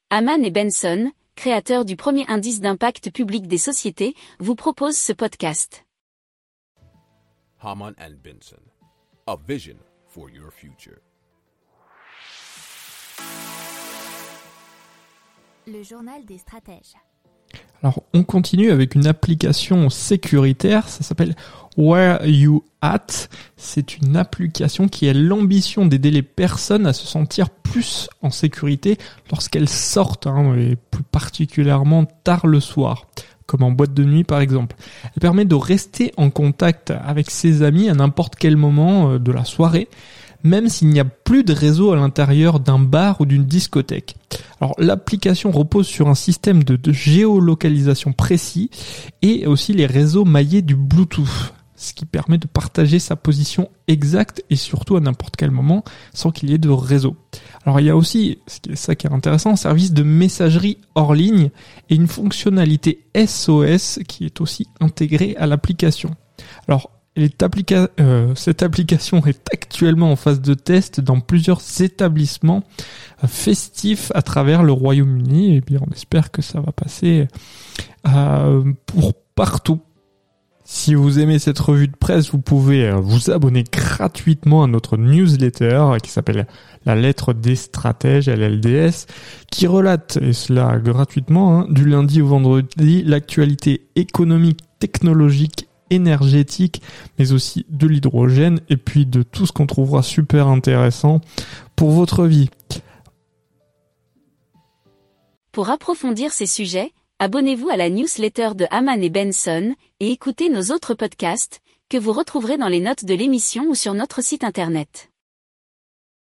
Hamann et Benson, créateurs du premier indice d'impact public des sociétés, vous proposent ce podcast. Hamann and Benson, a vision for your future. Le journal des stratèges. Alors, on continue avec une application sécuritaire, ça s'appelle Where You At. C'est une application qui a l'ambition d'aider les personnes à se sentir plus en sécurité lorsqu'elles sortent, et plus particulièrement tard le soir, comme en boîte de nuit par exemple. Elle permet de rester en contact avec ses amis à n'importe quel moment de la soirée, même s'il n'y a plus de réseau à l'intérieur d'un bar ou d'une discothèque. Alors l'application repose sur un système de géolocalisation précis et aussi les réseaux maillés du Bluetooth, ce qui permet de partager sa position exacte et surtout à n'importe quel moment sans qu'il y ait de réseau. Alors il y a aussi, ça qui est intéressant, un service de messagerie hors ligne et une fonctionnalité SOS qui est aussi intégrée à l'application. Alors cette application est actuellement en phase de test dans plusieurs établissements festifs à travers le Royaume-Uni. Et bien, on espère que ça va passer pour partout. Si vous aimez cette revue de presse, vous pouvez vous abonner gratuitement à notre newsletter qui s'appelle La Lettre des Stratèges, LLDS, qui relate, et cela gratuitement, du lundi au vendredi, l'actualité économique, technologique, énergétique, mais aussi de l'hydrogène et puis de tout ce qu'on trouvera super intéressant pour votre vie. Pour approfondir ces sujets, abonnez-vous à la newsletter de Hamann et Benson et écoutez nos autres podcasts que vous retrouverez dans les notes de l'émission ou sur notre site internet.